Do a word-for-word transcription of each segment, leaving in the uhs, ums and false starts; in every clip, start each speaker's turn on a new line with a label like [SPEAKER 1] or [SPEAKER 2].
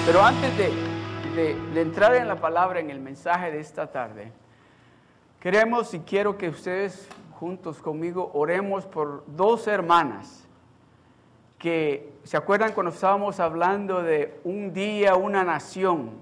[SPEAKER 1] Pero antes de, de, de entrar en la palabra, en el mensaje de esta tarde, queremos y quiero que ustedes juntos conmigo oremos por dos hermanas que, ¿se acuerdan cuando estábamos hablando de un día, una nación?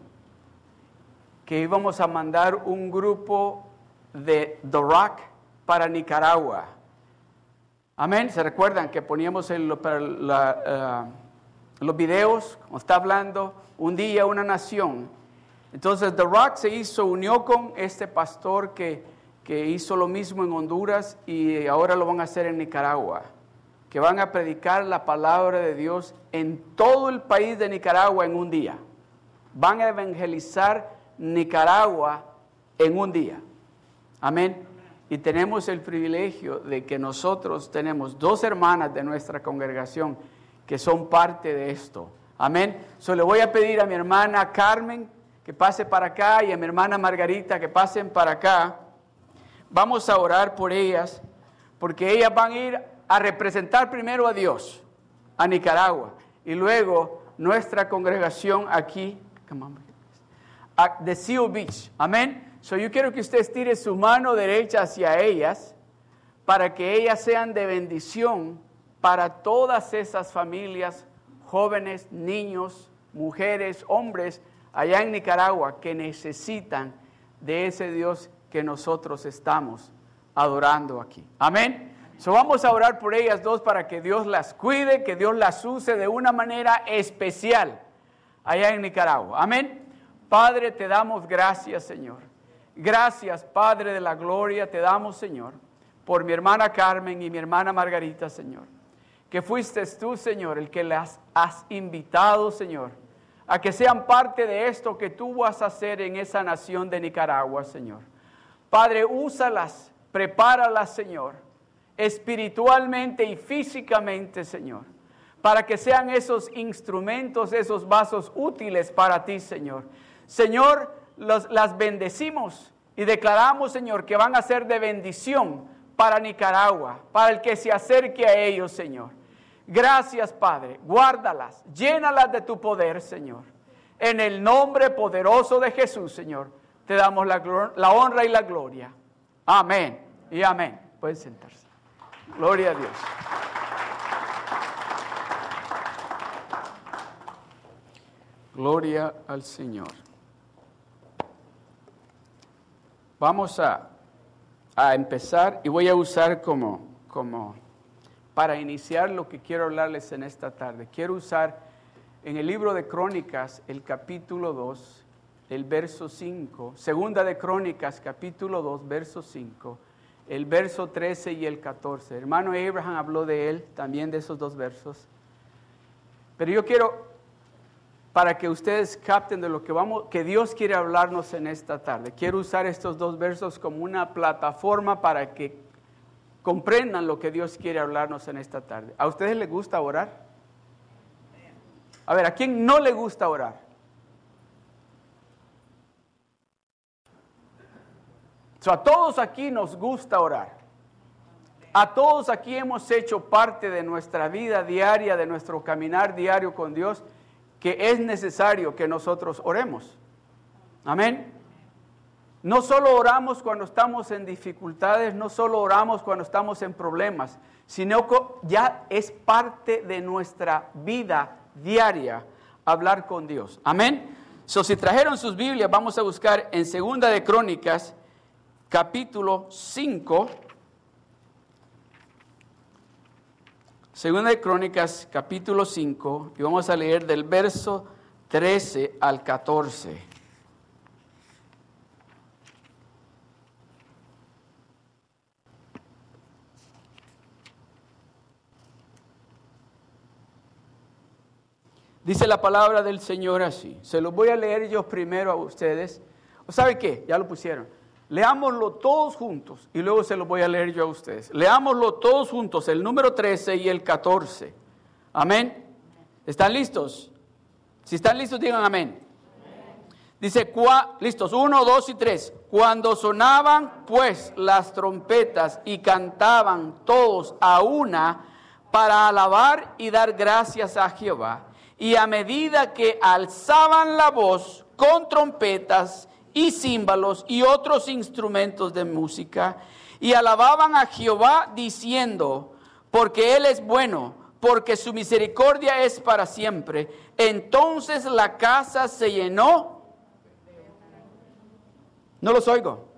[SPEAKER 1] Que íbamos a mandar un grupo de The Rock para Nicaragua. Amén. ¿Se recuerdan que poníamos en lo, para la, uh, los videos? Como está hablando, un día, una nación. Entonces The Rock se hizo, unió con este pastor que, que hizo lo mismo en Honduras y ahora lo van a hacer en Nicaragua. Que van a predicar la palabra de Dios en todo el país de Nicaragua en un día. Van a evangelizar Nicaragua en un día. Amén. Y tenemos el privilegio de que nosotros tenemos dos hermanas de nuestra congregación que son parte de esto. Amén. So, le voy a pedir a mi hermana Carmen que pase para acá y a mi hermana Margarita que pasen para acá. Vamos a orar por ellas porque ellas van a ir a representar primero a Dios, a Nicaragua, y luego nuestra congregación aquí, de Seal Beach. Amén. So, yo quiero que usted estire su mano derecha hacia ellas para que ellas sean de bendición para todas esas familias, jóvenes, niños, mujeres, hombres allá en Nicaragua que necesitan de ese Dios que nosotros estamos adorando aquí. Amén. So, vamos a orar por ellas dos para que Dios las cuide, que Dios las use de una manera especial allá en Nicaragua. Amén. Padre, te damos gracias, Señor. Gracias, Padre de la gloria, te damos, Señor, por mi hermana Carmen y mi hermana Margarita, Señor. Que fuiste tú, Señor, el que las has invitado, Señor, a que sean parte de esto que tú vas a hacer en esa nación de Nicaragua, Señor. Padre, úsalas, prepáralas, Señor, espiritualmente y físicamente, Señor, para que sean esos instrumentos, esos vasos útiles para ti, Señor. Señor, Los, las bendecimos y declaramos, Señor, que van a ser de bendición para Nicaragua, para el que se acerque a ellos, Señor. Gracias, Padre. Guárdalas, llénalas de tu poder, Señor. En el nombre poderoso de Jesús, Señor, te damos la, la honra y la gloria. Amén y amén. Pueden sentarse. Gloria a Dios. Gloria al Señor. Vamos a, a empezar y voy a usar como, como para iniciar lo que quiero hablarles en esta tarde. Quiero usar en el libro de Crónicas el capítulo dos, el verso cinco, segunda de Crónicas capítulo dos, verso cinco, el verso trece y el catorce. Hermano Abraham habló de él, también de esos dos versos. Pero yo quiero, para que ustedes capten de lo que vamos, que Dios quiere hablarnos en esta tarde. Quiero usar estos dos versos como una plataforma para que comprendan lo que Dios quiere hablarnos en esta tarde. ¿A ustedes les gusta orar? A ver, ¿a quién no le gusta orar? So, a todos aquí nos gusta orar. A todos aquí hemos hecho parte de nuestra vida diaria, de nuestro caminar diario con Dios, que es necesario que nosotros oremos. Amén. No solo oramos cuando estamos en dificultades, no solo oramos cuando estamos en problemas, sino que ya es parte de nuestra vida diaria hablar con Dios. Amén. So, si trajeron sus Biblias, vamos a buscar en Segunda de Crónicas, capítulo cinco. Segunda de Crónicas, capítulo cinco, y vamos a leer del verso trece al catorce. Dice la palabra del Señor así. Se los voy a leer yo primero a ustedes. ¿O sabe qué? Ya lo pusieron. Leámoslo todos juntos y luego se lo voy a leer yo a ustedes. Leámoslo todos juntos, el número trece y el catorce. Amén. ¿Están listos? Si están listos, digan amén. Dice, cua, listos, uno, dos y tres. Cuando sonaban pues las trompetas y cantaban todos a una para alabar y dar gracias a Jehová, Y a medida que alzaban la voz con trompetas y címbalos y otros instrumentos de música, y alababan a Jehová diciendo, porque Él es bueno, porque su misericordia es para siempre. Entonces la casa se llenó. No los oigo.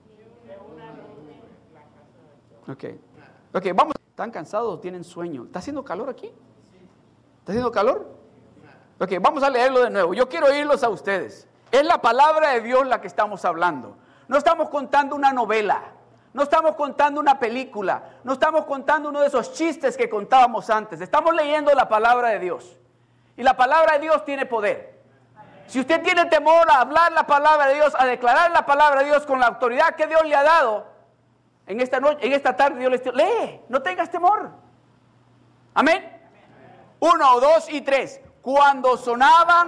[SPEAKER 1] Ok, ok, vamos. ¿Están cansados? ¿Tienen sueño? ¿Está haciendo calor aquí? ¿Está haciendo calor? Ok, vamos a leerlo de nuevo. Yo quiero oírlos a ustedes. Es la palabra de Dios la que estamos hablando. No estamos contando una novela. No estamos contando una película. No estamos contando uno de esos chistes que contábamos antes. Estamos leyendo la palabra de Dios. Y la palabra de Dios tiene poder. Si usted tiene temor a hablar la palabra de Dios, a declarar la palabra de Dios con la autoridad que Dios le ha dado, en esta noche, en esta tarde Dios le dice, lee, no tengas temor. Amén. Uno, dos y tres. Cuando sonaban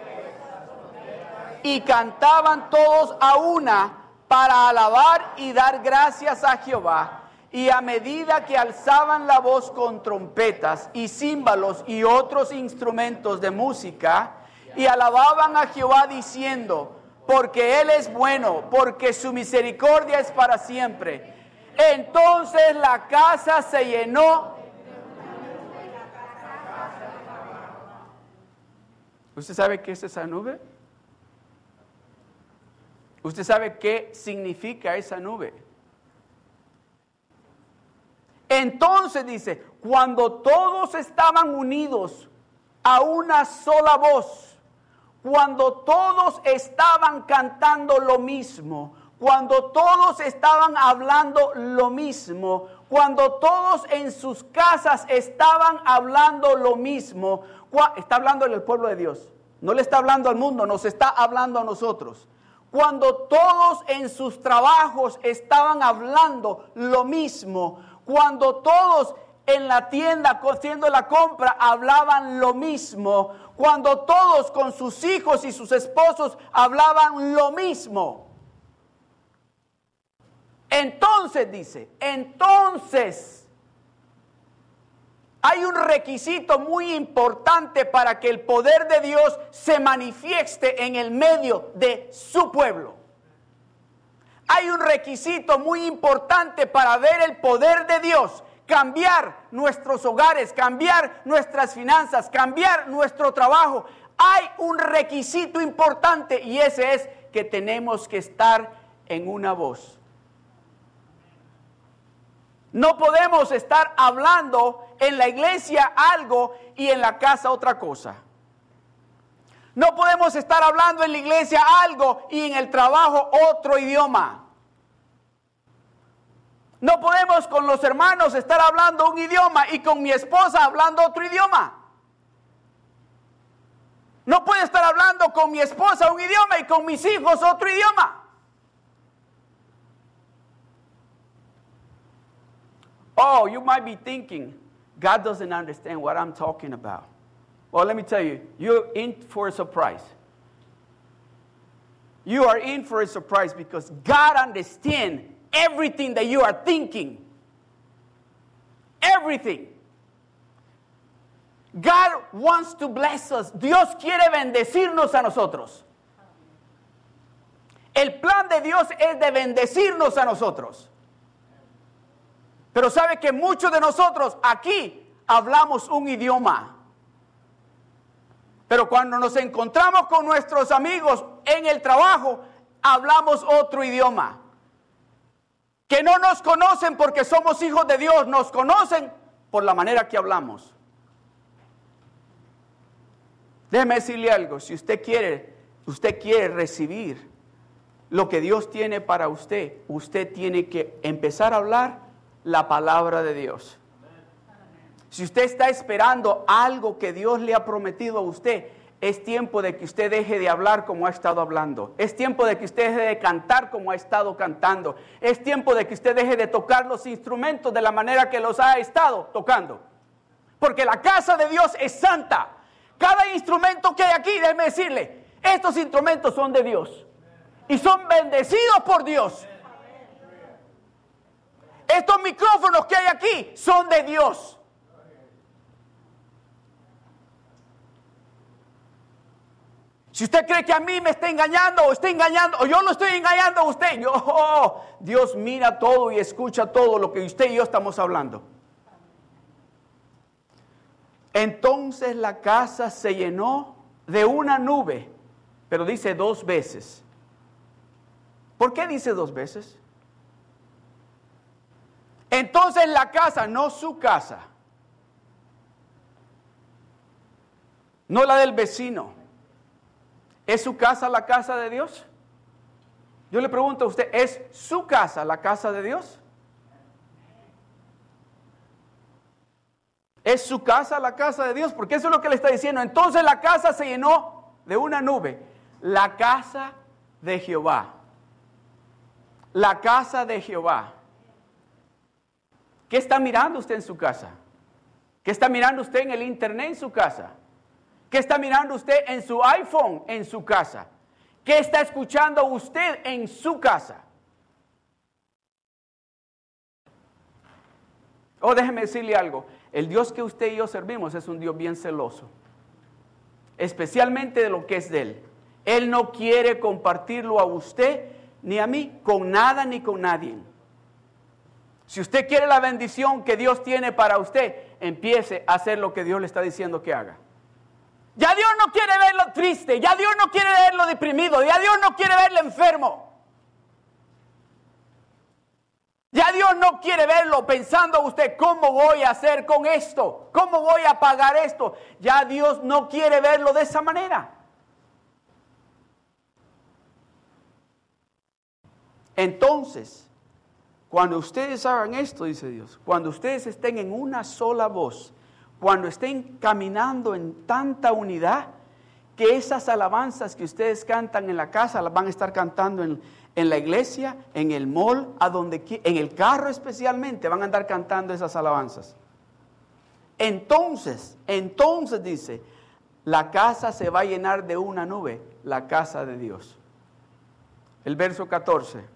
[SPEAKER 1] y cantaban todos a una para alabar y dar gracias a Jehová, y a medida que alzaban la voz con trompetas y címbalos y otros instrumentos de música, y alababan a Jehová diciendo, porque Él es bueno, porque su misericordia es para siempre. Entonces la casa se llenó. ¿Usted sabe qué es esa nube? ¿Usted sabe qué significa esa nube? Entonces dice, cuando todos estaban unidos a una sola voz, cuando todos estaban cantando lo mismo, cuando todos estaban hablando lo mismo, cuando todos en sus casas estaban hablando lo mismo, está hablando el pueblo de Dios, no le está hablando al mundo, nos está hablando a nosotros. Cuando todos en sus trabajos estaban hablando lo mismo, cuando todos en la tienda haciendo la compra hablaban lo mismo, cuando todos con sus hijos y sus esposos hablaban lo mismo. Entonces dice, entonces hay un requisito muy importante para que el poder de Dios se manifieste en el medio de su pueblo. Hay un requisito muy importante para ver el poder de Dios cambiar nuestros hogares, cambiar nuestras finanzas, cambiar nuestro trabajo. Hay un requisito importante y ese es que tenemos que estar en una voz. No podemos estar hablando en la iglesia algo y en la casa otra cosa. No podemos estar hablando en la iglesia algo y en el trabajo otro idioma. No podemos con los hermanos estar hablando un idioma y con mi esposa hablando otro idioma. No puedo estar hablando con mi esposa un idioma y con mis hijos otro idioma. Oh, you might be thinking, God doesn't understand what I'm talking about. Well, let me tell you, you're in for a surprise. You are in for a surprise because God understands everything that you are thinking. Everything. God wants to bless us. Dios quiere bendecirnos a nosotros. El plan de Dios es de bendecirnos a nosotros. Pero sabe que muchos de nosotros aquí hablamos un idioma. Pero cuando nos encontramos con nuestros amigos en el trabajo, hablamos otro idioma. Que no nos conocen porque somos hijos de Dios, nos conocen por la manera que hablamos. Déjeme decirle algo, si usted quiere, usted quiere recibir lo que Dios tiene para usted, usted tiene que empezar a hablar la palabra de Dios. Si usted está esperando algo que Dios le ha prometido a usted, es tiempo de que usted deje de hablar como ha estado hablando. Es tiempo de que usted deje de cantar como ha estado cantando. Es tiempo de que usted deje de tocar los instrumentos de la manera que los ha estado tocando. Porque la casa de Dios es santa. Cada instrumento que hay aquí, déjeme decirle, estos instrumentos son de Dios. Y son bendecidos por Dios. Estos micrófonos que hay aquí son de Dios. Si usted cree que a mí me está engañando o está engañando o yo lo estoy engañando a usted, yo, oh, Dios mira todo y escucha todo lo que usted y yo estamos hablando. Entonces la casa se llenó de una nube, pero dice dos veces. ¿Por qué dice dos veces? Entonces la casa, no su casa, no la del vecino, ¿es su casa la casa de Dios? Yo le pregunto a usted, ¿es su casa la casa de Dios? ¿Es su casa la casa de Dios? Porque eso es lo que le está diciendo. Entonces la casa se llenó de una nube. La casa de Jehová. La casa de Jehová. ¿Qué está mirando usted en su casa? ¿Qué está mirando usted en el internet en su casa? ¿Qué está mirando usted en su iPhone en su casa? ¿Qué está escuchando usted en su casa? Oh, déjeme decirle algo. El Dios que usted y yo servimos es un Dios bien celoso. Especialmente de lo que es de Él. Él no quiere compartirlo a usted ni a mí con nada ni con nadie. Si usted quiere la bendición que Dios tiene para usted, empiece a hacer lo que Dios le está diciendo que haga. Ya Dios no quiere verlo triste, ya Dios no quiere verlo deprimido, ya Dios no quiere verlo enfermo. Ya Dios no quiere verlo pensando usted, ¿cómo voy a hacer con esto? ¿Cómo voy a pagar esto? Ya Dios no quiere verlo de esa manera. Entonces, cuando ustedes hagan esto, dice Dios, cuando ustedes estén en una sola voz, cuando estén caminando en tanta unidad, que esas alabanzas que ustedes cantan en la casa las van a estar cantando en, en la iglesia, en el mall, a donde, en el carro especialmente, van a andar cantando esas alabanzas. Entonces, entonces dice, la casa se va a llenar de una nube, la casa de Dios. El verso catorce.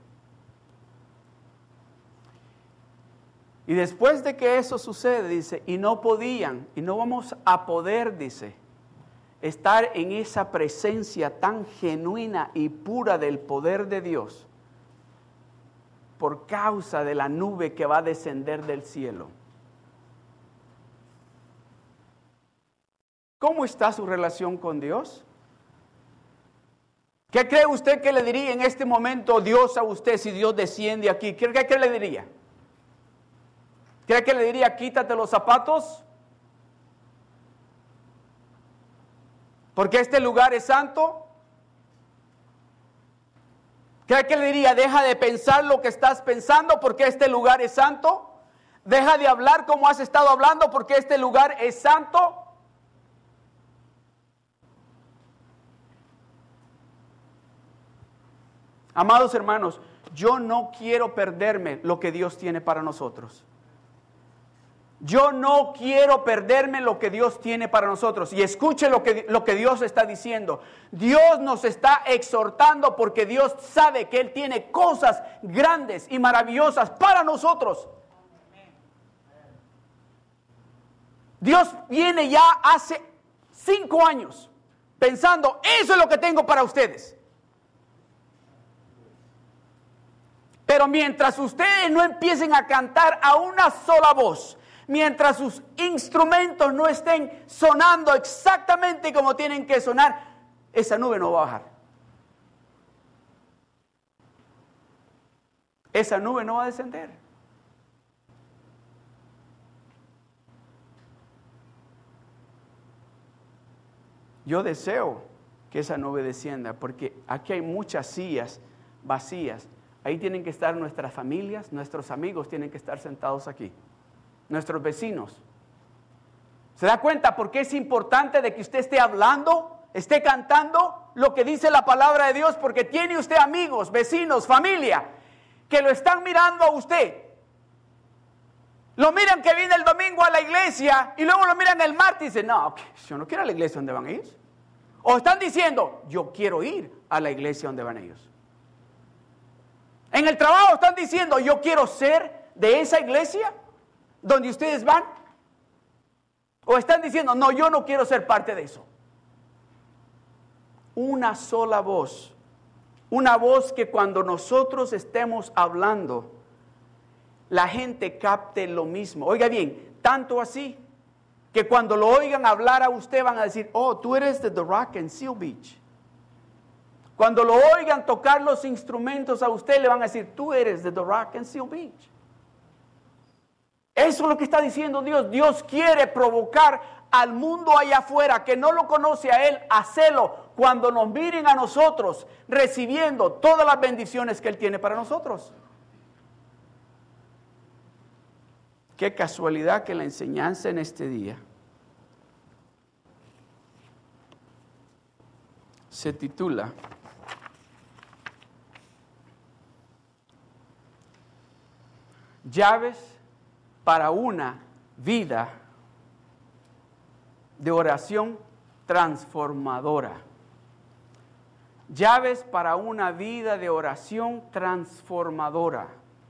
[SPEAKER 1] Y después de que eso sucede, dice, y no podían, y no vamos a poder, dice, estar en esa presencia tan genuina y pura del poder de Dios, por causa de la nube que va a descender del cielo. ¿Cómo está su relación con Dios? ¿Qué cree usted que le diría en este momento Dios a usted si Dios desciende aquí? ¿Qué, qué, qué le diría? ¿Cree que le diría, quítate los zapatos? Porque este lugar es santo. ¿Cree que le diría, deja de pensar lo que estás pensando porque este lugar es santo? Deja de hablar como has estado hablando porque este lugar es santo. Amados hermanos, yo no quiero perderme lo que Dios tiene para nosotros. Yo no quiero perderme lo que Dios tiene para nosotros. Y escuche lo que, lo que Dios está diciendo. Dios nos está exhortando porque Dios sabe que Él tiene cosas grandes y maravillosas para nosotros. Dios viene ya hace cinco años pensando, eso es lo que tengo para ustedes. Pero mientras ustedes no empiecen a cantar a una sola voz, mientras sus instrumentos no estén sonando exactamente como tienen que sonar, esa nube no va a bajar. Esa nube no va a descender. Yo deseo que esa nube descienda, porque aquí hay muchas sillas vacías. Ahí tienen que estar nuestras familias, nuestros amigos tienen que estar sentados aquí. Nuestros vecinos. ¿Se da cuenta por qué es importante de que usted esté hablando, esté cantando lo que dice la palabra de Dios? Porque tiene usted amigos, vecinos, familia, que lo están mirando a usted. Lo miran que viene el domingo a la iglesia y luego lo miran el martes y dicen, no, yo no quiero ir a la iglesia donde van ellos. O están diciendo, yo quiero ir a la iglesia donde van ellos. En el trabajo están diciendo, yo quiero ser de esa iglesia donde ustedes van. O están diciendo, no, yo no quiero ser parte de eso. una sola voz. Una voz que cuando nosotros estemos hablando, la gente capte lo mismo. Oiga bien, tanto así que cuando lo oigan hablar a usted van a decir, oh, tú eres de The Rock and Seal Beach. Cuando lo oigan tocar los instrumentos a usted le van a decir, tú eres de The Rock and Seal Beach. Eso es lo que está diciendo Dios. Dios quiere provocar al mundo allá afuera que no lo conoce a Él, a hacerlo cuando nos miren a nosotros recibiendo todas las bendiciones que Él tiene para nosotros. Qué casualidad que la enseñanza en este día se titula Llaves para una vida de oración transformadora. Llaves para una vida de oración transformadora.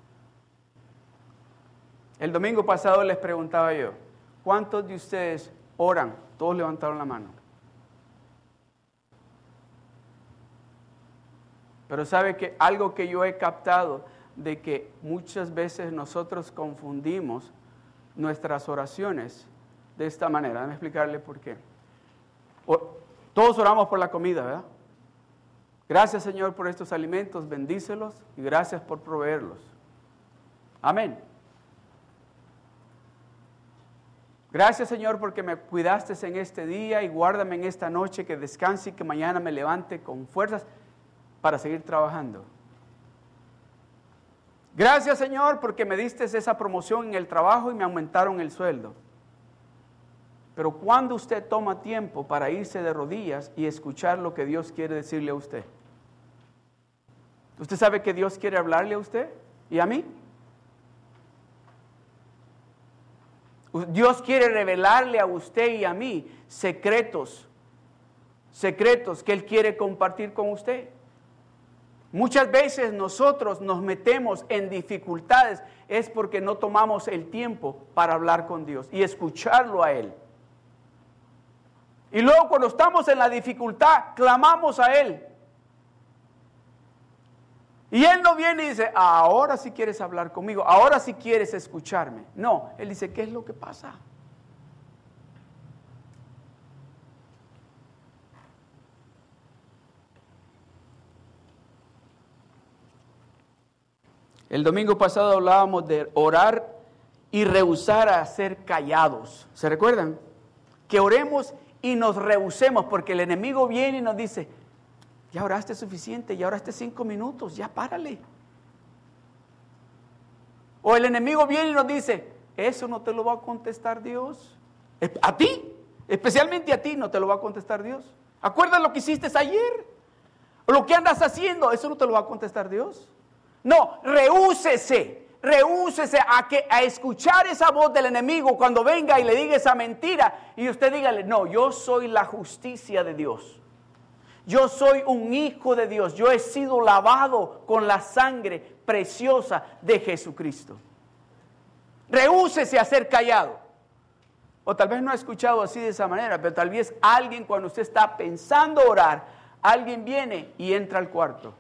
[SPEAKER 1] El domingo pasado les preguntaba yo, ¿cuántos de ustedes oran? Todos levantaron la mano. Pero sabe que algo que yo he captado de que muchas veces nosotros confundimos nuestras oraciones de esta manera. Déjame explicarle por qué. Todos oramos por la comida, ¿verdad? Gracias, Señor, por estos alimentos, bendícelos y gracias por proveerlos. Amén. Gracias, Señor, porque me cuidaste en este día y guárdame en esta noche, que descanse y que mañana me levante con fuerzas para seguir trabajando. Gracias, Señor, porque me diste esa promoción en el trabajo y me aumentaron el sueldo. Pero ¿cuándo usted toma tiempo para irse de rodillas y escuchar lo que Dios quiere decirle a usted? ¿Usted sabe que Dios quiere hablarle a usted y a mí? Dios quiere revelarle a usted y a mí secretos, secretos que Él quiere compartir con usted. Muchas veces nosotros nos metemos en dificultades es porque no tomamos el tiempo para hablar con Dios y escucharlo a Él. Y luego cuando estamos en la dificultad, clamamos a Él. Y Él no viene y dice, ahora sí quieres hablar conmigo, ahora sí quieres escucharme. No, Él dice, ¿qué es lo que pasa? El domingo pasado hablábamos de orar y rehusar a ser callados. ¿Se recuerdan? Que oremos y nos rehusemos porque el enemigo viene y nos dice, ya oraste suficiente, ya oraste cinco minutos, ya párale. O el enemigo viene y nos dice, eso no te lo va a contestar Dios. A ti, especialmente a ti no te lo va a contestar Dios. ¿Acuerdas lo que hiciste ayer? O lo que andas haciendo, eso no te lo va a contestar Dios. No, rehúsese, rehúsese a, que, a escuchar esa voz del enemigo cuando venga y le diga esa mentira y usted dígale, no, yo soy la justicia de Dios. Yo soy un hijo de Dios, yo he sido lavado con la sangre preciosa de Jesucristo. Rehúsese a ser callado. O tal vez no ha escuchado así de esa manera, pero tal vez alguien cuando usted está pensando orar, alguien viene y entra al cuarto.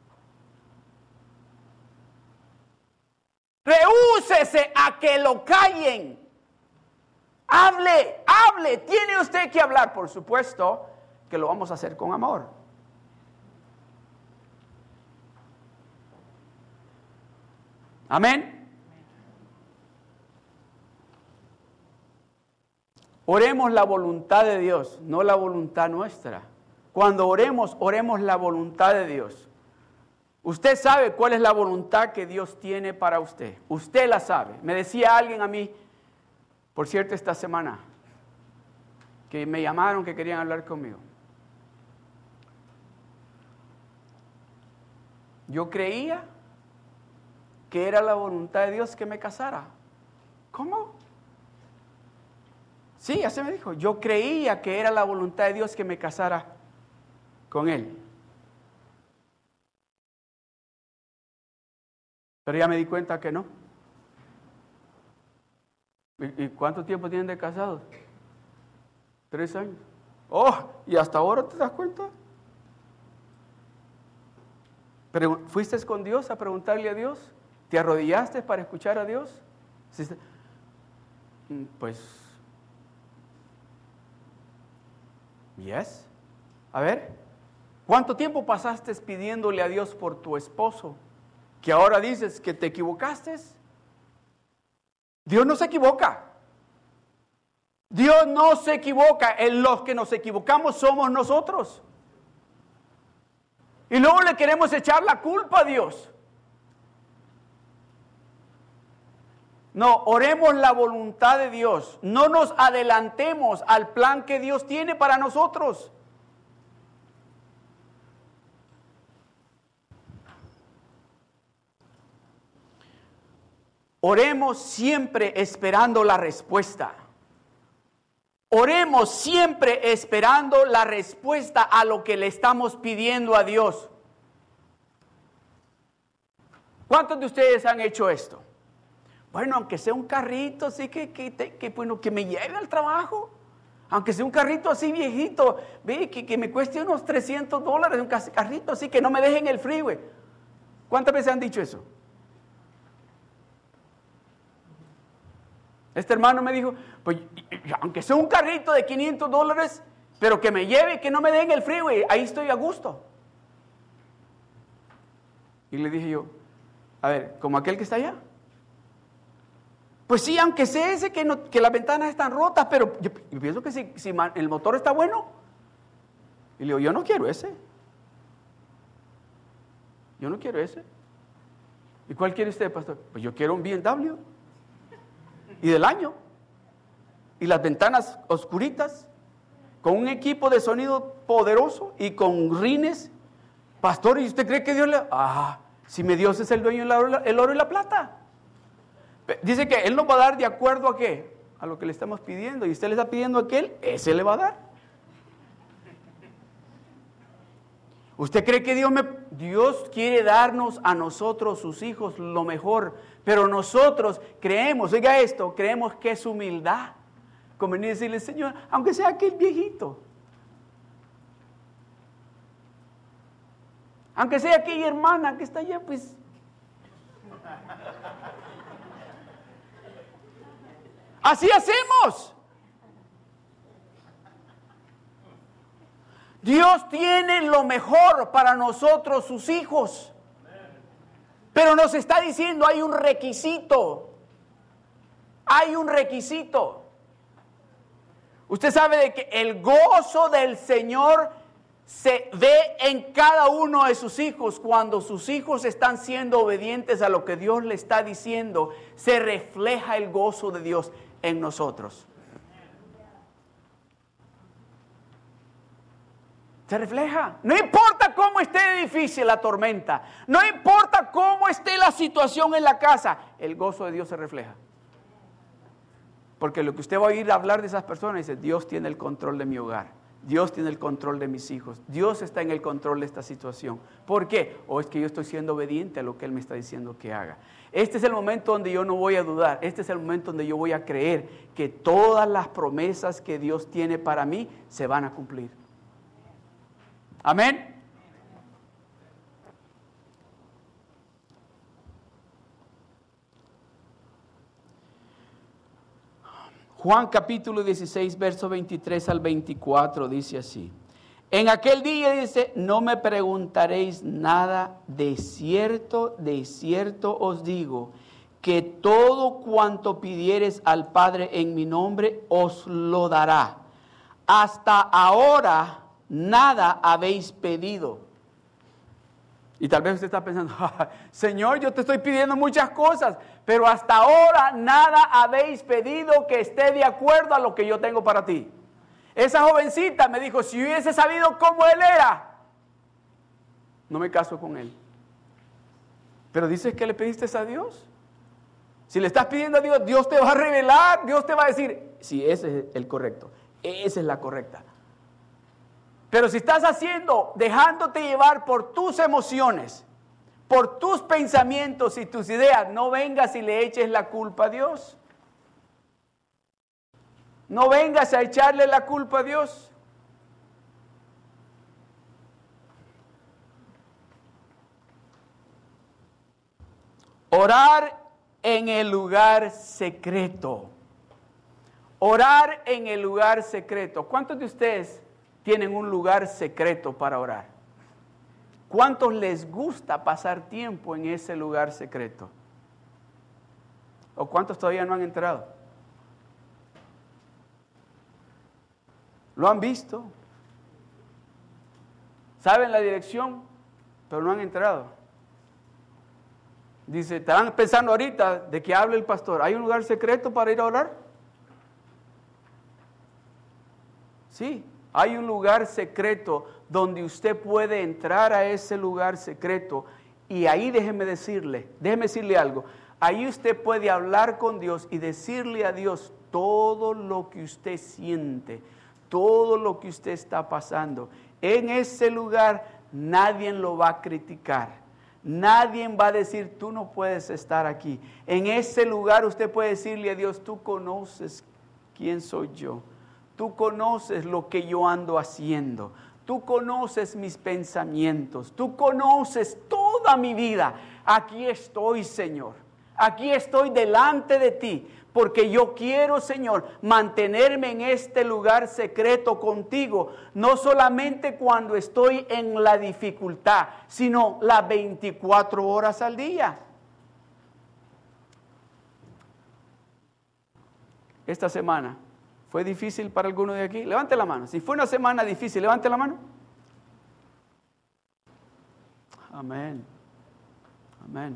[SPEAKER 1] Rehúsese a que lo callen. Hable, hable. Tiene usted que hablar, por supuesto, que lo vamos a hacer con amor. Amén. Oremos la voluntad de Dios, no la voluntad nuestra. Cuando oremos, oremos la voluntad de Dios. Usted sabe cuál es la voluntad que Dios tiene para usted. Usted la sabe. Me decía alguien a mí, por cierto, esta semana, que me llamaron que querían hablar conmigo. Yo creía que era la voluntad de Dios que me casara. ¿Cómo? Sí, así me dijo. Yo creía que era la voluntad de Dios que me casara con Él. Pero ya me di cuenta que no. ¿Y, y cuánto tiempo tienen de casados? Tres años. Oh, ¿y hasta ahora te das cuenta? Pero, ¿fuiste con Dios a preguntarle a Dios? ¿Te arrodillaste para escuchar a Dios? Pues, yes. A ver, ¿cuánto tiempo pasaste pidiéndole a Dios por tu esposo? Que ahora dices que te equivocaste. Dios no se equivoca. Dios no se equivoca. En los que nos equivocamos somos nosotros. Y luego le queremos echar la culpa a Dios. No, oremos la voluntad de Dios. No nos adelantemos al plan que Dios tiene para nosotros. Oremos siempre esperando la respuesta. Oremos siempre esperando la respuesta a lo que le estamos pidiendo a Dios. ¿Cuántos de ustedes han hecho esto? Bueno, aunque sea un carrito así que, que, que, que, bueno, que me lleve al trabajo. Aunque sea un carrito así viejito, ve, que, que me cueste unos trescientos dólares, un carrito así que no me deje en el freeway. ¿Cuántas veces han dicho eso? Este hermano me dijo, pues aunque sea un carrito de quinientos dólares, pero que me lleve y que no me deje en el freeway, ahí estoy a gusto. Y le dije yo, a ver, ¿como aquel que está allá? Pues sí, aunque sea ese que, no, que las ventanas están rotas, pero yo, yo pienso que si, si el motor está bueno. Y le digo, yo no quiero ese. Yo no quiero ese. ¿Y cuál quiere usted, pastor? Pues yo quiero un B M W. Y del año. Y las ventanas oscuritas. Con un equipo de sonido poderoso y con rines. Pastor, ¿y usted cree que Dios le...? Ah, si mi Dios es el dueño del oro, el oro y la plata. Dice que Él nos va a dar de acuerdo a qué, a lo que le estamos pidiendo. Y usted le está pidiendo a aquel, ese le va a dar. ¿Usted cree que Dios me, Dios quiere darnos a nosotros, sus hijos, lo mejor? Pero nosotros creemos, oiga esto, creemos que es humildad. Como venir a decirle, Señor, aunque sea aquel viejito. Aunque sea aquella hermana que está allá, pues... Así hacemos. Dios tiene lo mejor para nosotros, sus hijos. Pero nos está diciendo, hay un requisito. Hay un requisito. Usted sabe de que el gozo del Señor se ve en cada uno de sus hijos. Cuando sus hijos están siendo obedientes a lo que Dios le está diciendo, se refleja el gozo de Dios en nosotros. Se refleja. No importa cómo esté difícil la tormenta, no importa cómo esté la situación en la casa, el gozo de Dios se refleja. Porque lo que usted va a oír hablar de esas personas dice, Dios tiene el control de mi hogar, Dios tiene el control de mis hijos, Dios está en el control de esta situación. ¿Por qué? O es que yo estoy siendo obediente a lo que Él me está diciendo que haga. Este es el momento donde yo no voy a dudar, este es el momento donde yo voy a creer que todas las promesas que Dios tiene para mí se van a cumplir. Amén. Juan capítulo dieciséis, verso veintitrés al veinticuatro dice así. En aquel día dice, no me preguntaréis nada, de cierto, de cierto os digo, que todo cuanto pidiereis al Padre en mi nombre, os lo dará. Hasta ahora nada habéis pedido. Y tal vez usted está pensando, Señor, yo te estoy pidiendo muchas cosas, pero hasta ahora nada habéis pedido que esté de acuerdo a lo que yo tengo para ti. Esa jovencita me dijo, si hubiese sabido cómo él era, no me caso con él. Pero dices que le pediste a Dios. Si le estás pidiendo a Dios, Dios te va a revelar, Dios te va a decir, sí, ese es el correcto, esa es la correcta. Pero si estás haciendo, dejándote llevar por tus emociones, por tus pensamientos y tus ideas, no vengas y le eches la culpa a Dios. No vengas a echarle la culpa a Dios. Orar en el lugar secreto. Orar en el lugar secreto. ¿Cuántos de ustedes tienen un lugar secreto para orar? ¿Cuántos les gusta pasar tiempo en ese lugar secreto? ¿O cuántos todavía no han entrado? ¿Lo han visto? ¿Saben la dirección? Pero no han entrado. Dice, estarán pensando ahorita de que hable el pastor. ¿Hay un lugar secreto para ir a orar? Sí, hay un lugar secreto donde usted puede entrar a ese lugar secreto. Y ahí déjeme decirle, déjeme decirle algo. Ahí usted puede hablar con Dios y decirle a Dios todo lo que usted siente, todo lo que usted está pasando. En ese lugar nadie lo va a criticar. Nadie va a decir, tú no puedes estar aquí. En ese lugar usted puede decirle a Dios, tú conoces quién soy yo. Tú conoces lo que yo ando haciendo. Tú conoces mis pensamientos. Tú conoces toda mi vida. Aquí estoy, Señor. Aquí estoy delante de ti. Porque yo quiero, Señor, mantenerme en este lugar secreto contigo, no solamente cuando estoy en la dificultad, sino las veinticuatro horas al día. Esta semana, ¿fue difícil para alguno de aquí? Levante la mano. Si fue una semana difícil, levante la mano. Amén. Amén.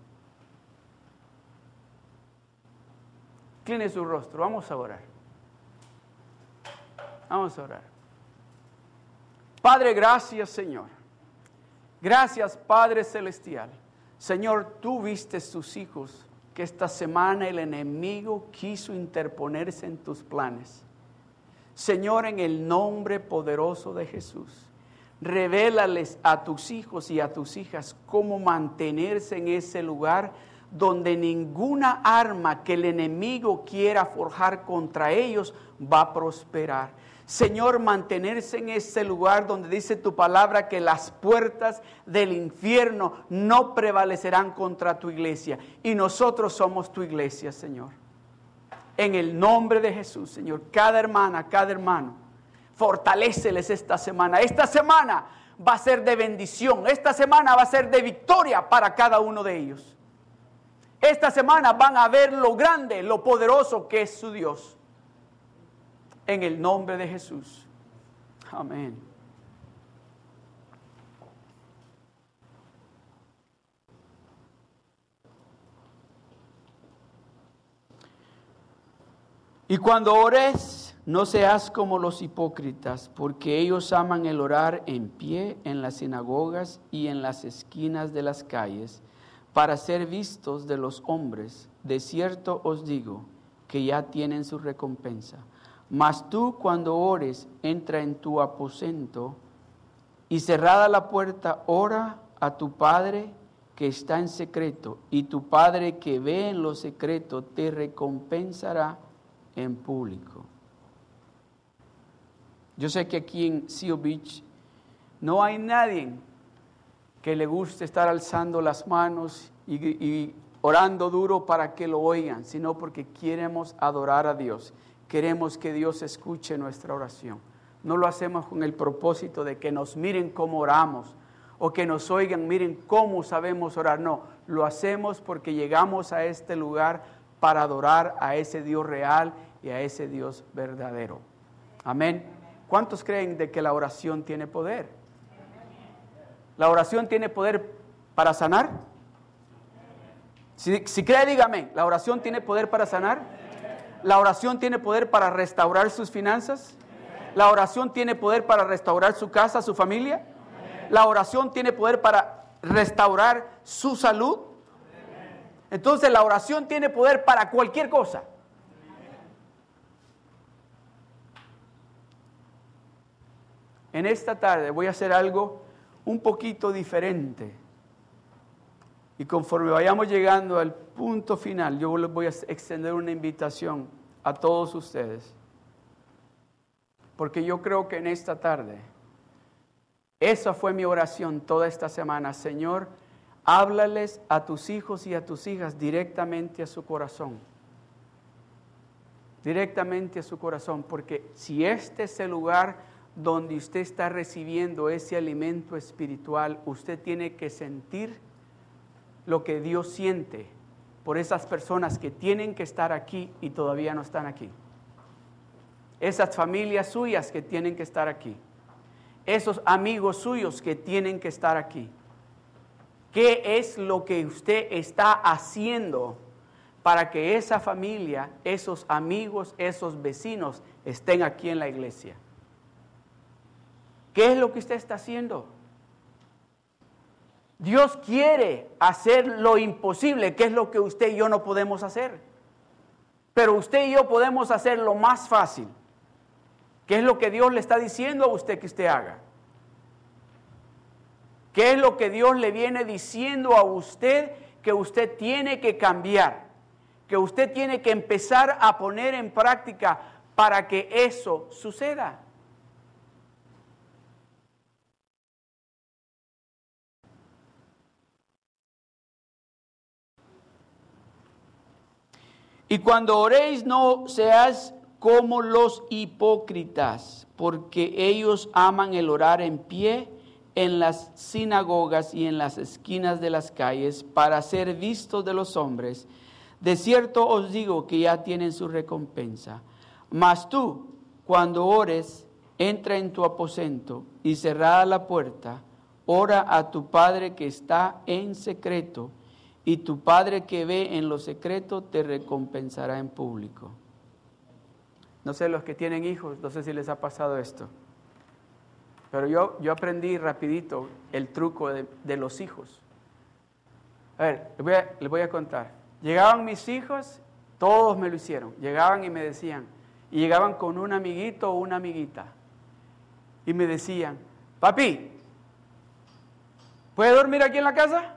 [SPEAKER 1] Incline su rostro, vamos a orar. Vamos a orar. Padre, gracias, Señor. Gracias, Padre Celestial. Señor, tú viste tus hijos que esta semana el enemigo quiso interponerse en tus planes. Señor, en el nombre poderoso de Jesús, revélales a tus hijos y a tus hijas cómo mantenerse en ese lugar donde ninguna arma que el enemigo quiera forjar contra ellos va a prosperar. Señor, mantenerse en ese lugar donde dice tu palabra que las puertas del infierno no prevalecerán contra tu iglesia. Y nosotros somos tu iglesia, Señor. En el nombre de Jesús, Señor, cada hermana, cada hermano, fortaléceles esta semana. Esta semana va a ser de bendición. Esta semana va a ser de victoria para cada uno de ellos. Esta semana van a ver lo grande, lo poderoso que es su Dios. En el nombre de Jesús. Amén. Y cuando ores, no seas como los hipócritas, porque ellos aman el orar en pie en las sinagogas y en las esquinas de las calles, para ser vistos de los hombres. De cierto os digo que ya tienen su recompensa. Mas tú, cuando ores, entra en tu aposento y cerrada la puerta, ora a tu Padre que está en secreto, y tu Padre que ve en lo secreto te recompensará en público. Yo sé que aquí en Seal Beach no hay nadie que le guste estar alzando las manos y, y orando duro para que lo oigan, sino porque queremos adorar a Dios. Queremos que Dios escuche nuestra oración. No lo hacemos con el propósito de que nos miren cómo oramos o que nos oigan, miren cómo sabemos orar. No, lo hacemos porque llegamos a este lugar para adorar a ese Dios real y a ese Dios verdadero. Amén. ¿Cuántos creen de que la oración tiene poder? ¿La oración tiene poder para sanar? Si, si cree, dígame, ¿la oración tiene poder para sanar? ¿La oración tiene poder para restaurar sus finanzas? ¿La oración tiene poder para restaurar su casa, su familia? ¿La oración tiene poder para restaurar su salud? Entonces la oración tiene poder para cualquier cosa. En esta tarde voy a hacer algo un poquito diferente. Y conforme vayamos llegando al punto final, yo les voy a extender una invitación a todos ustedes. Porque yo creo que en esta tarde, esa fue mi oración toda esta semana. Señor, háblales a tus hijos y a tus hijas directamente a su corazón. Directamente a su corazón, porque si este es el lugar donde usted está recibiendo ese alimento espiritual, usted tiene que sentir lo que Dios siente por esas personas que tienen que estar aquí y todavía no están aquí. Esas familias suyas que tienen que estar aquí. Esos amigos suyos que tienen que estar aquí. ¿Qué es lo que usted está haciendo para que esa familia, esos amigos, esos vecinos estén aquí en la iglesia? ¿Qué es lo que usted está haciendo? Dios quiere hacer lo imposible, que es lo que usted y yo no podemos hacer. Pero usted y yo podemos hacer lo más fácil, que es lo que Dios le está diciendo a usted que usted haga. ¿Qué es lo que Dios le viene diciendo a usted que usted tiene que cambiar? Que usted tiene que empezar a poner en práctica para que eso suceda. Y cuando oréis no seáis como los hipócritas, porque ellos aman el orar en pie en las sinagogas y en las esquinas de las calles para ser vistos de los hombres. De cierto os digo que ya tienen su recompensa. Mas tú, cuando ores, entra en tu aposento y cerrada la puerta, ora a tu Padre que está en secreto, y tu Padre que ve en lo secreto te recompensará en público. No sé, los que tienen hijos, no sé si les ha pasado esto. Pero yo, yo aprendí rapidito el truco de, de los hijos. A ver, les voy a, les voy a contar. Llegaban mis hijos, todos me lo hicieron. Llegaban y me decían, y llegaban con un amiguito o una amiguita. Y me decían, papi, ¿puede dormir aquí en la casa?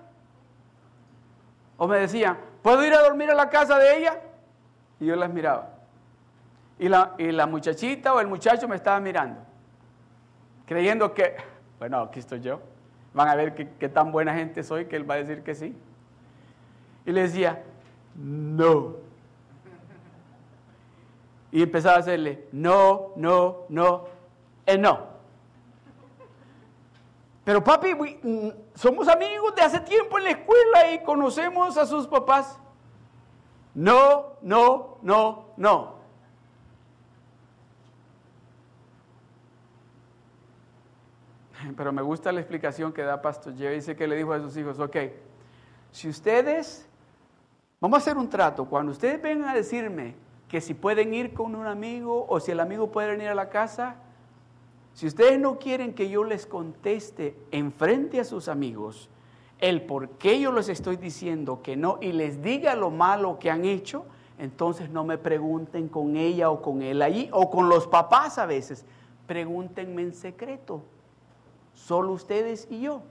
[SPEAKER 1] O me decían, ¿puedo ir a dormir a la casa de ella? Y yo las miraba. Y la, y la muchachita o el muchacho me estaba mirando, creyendo que, bueno, aquí estoy yo. Van a ver qué, qué tan buena gente soy que él va a decir que sí. Y le decía, no. Y empezaba a hacerle, no, no, no, eh, no. Pero papi, somos amigos de hace tiempo en la escuela y conocemos a sus papás. No, no, no, no. Pero me gusta la explicación que da Pastor Jerry. Dice que le dijo a sus hijos, ok, si ustedes, vamos a hacer un trato, cuando ustedes vengan a decirme que si pueden ir con un amigo o si el amigo puede venir a la casa, si ustedes no quieren que yo les conteste enfrente a sus amigos el por qué yo les estoy diciendo que no y les diga lo malo que han hecho, entonces no me pregunten con ella o con él allí o con los papás a veces. Pregúntenme en secreto, solo ustedes y yo.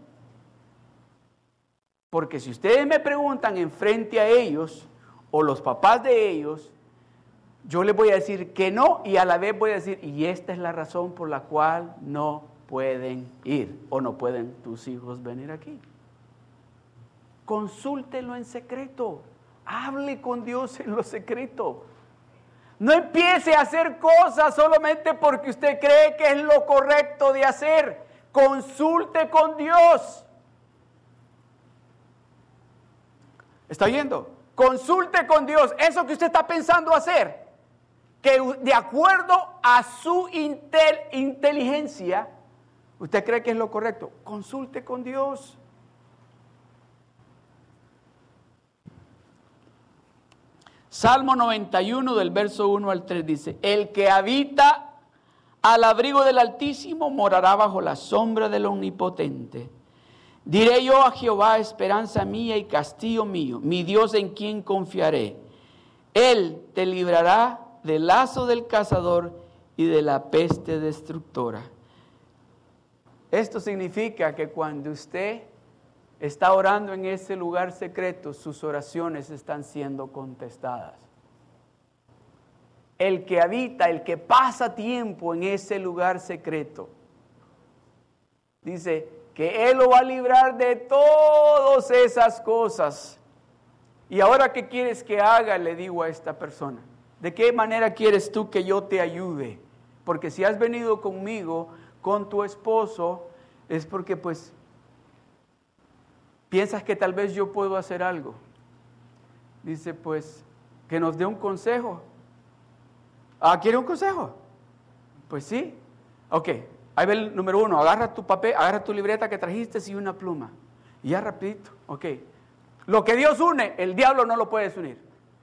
[SPEAKER 1] Porque si ustedes me preguntan enfrente a ellos o los papás de ellos, yo les voy a decir que no y a la vez voy a decir, y esta es la razón por la cual no pueden ir o no pueden tus hijos venir aquí. Consúltenlo en secreto. Hable con Dios en lo secreto. No empiece a hacer cosas solamente porque usted cree que es lo correcto de hacer. Consulte con Dios. ¿Está oyendo? Consulte con Dios. Eso que usted está pensando hacer, que de acuerdo a su intel, inteligencia, usted cree que es lo correcto. Consulte con Dios. Salmo noventa y uno del verso uno al tres dice, el que habita al abrigo del Altísimo morará bajo la sombra del Omnipotente. Diré yo a Jehová, esperanza mía y castillo mío, mi Dios en quien confiaré. Él te librará del lazo del cazador y de la peste destructora. Esto significa que cuando usted está orando en ese lugar secreto, sus oraciones están siendo contestadas. El que habita, el que pasa tiempo en ese lugar secreto, dice que Él lo va a librar de todas esas cosas. Y ahora, ¿qué quieres que haga? Le digo a esta persona. ¿De qué manera quieres tú que yo te ayude? Porque si has venido conmigo, con tu esposo, es porque pues piensas que tal vez yo puedo hacer algo. Dice, pues, que nos dé un consejo. Ah, ¿quiere un consejo? Pues sí. Ok, ahí ve el número uno. Agarra tu papel, agarra tu libreta que trajiste y una pluma. Y ya rapidito. Ok. Lo que Dios une, el diablo no lo puede desunir.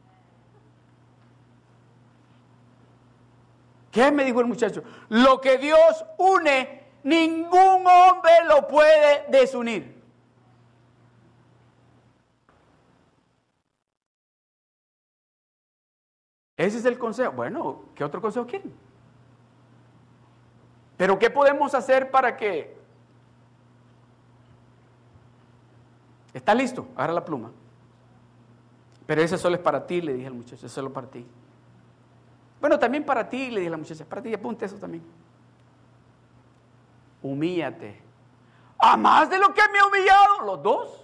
[SPEAKER 1] ¿Qué me dijo el muchacho? Lo que Dios une, ningún hombre lo puede desunir. Ese es el consejo. Bueno, ¿qué otro consejo quieren? Pero ¿qué podemos hacer para que... ¿Está listo? Agarra la pluma. Pero ese solo es para ti, le dije al muchacho, ese es solo para ti. Bueno, también para ti, le dije a la muchacha, para ti, apunte eso también. Humíllate. ¿A más de lo que me he humillado? Los dos.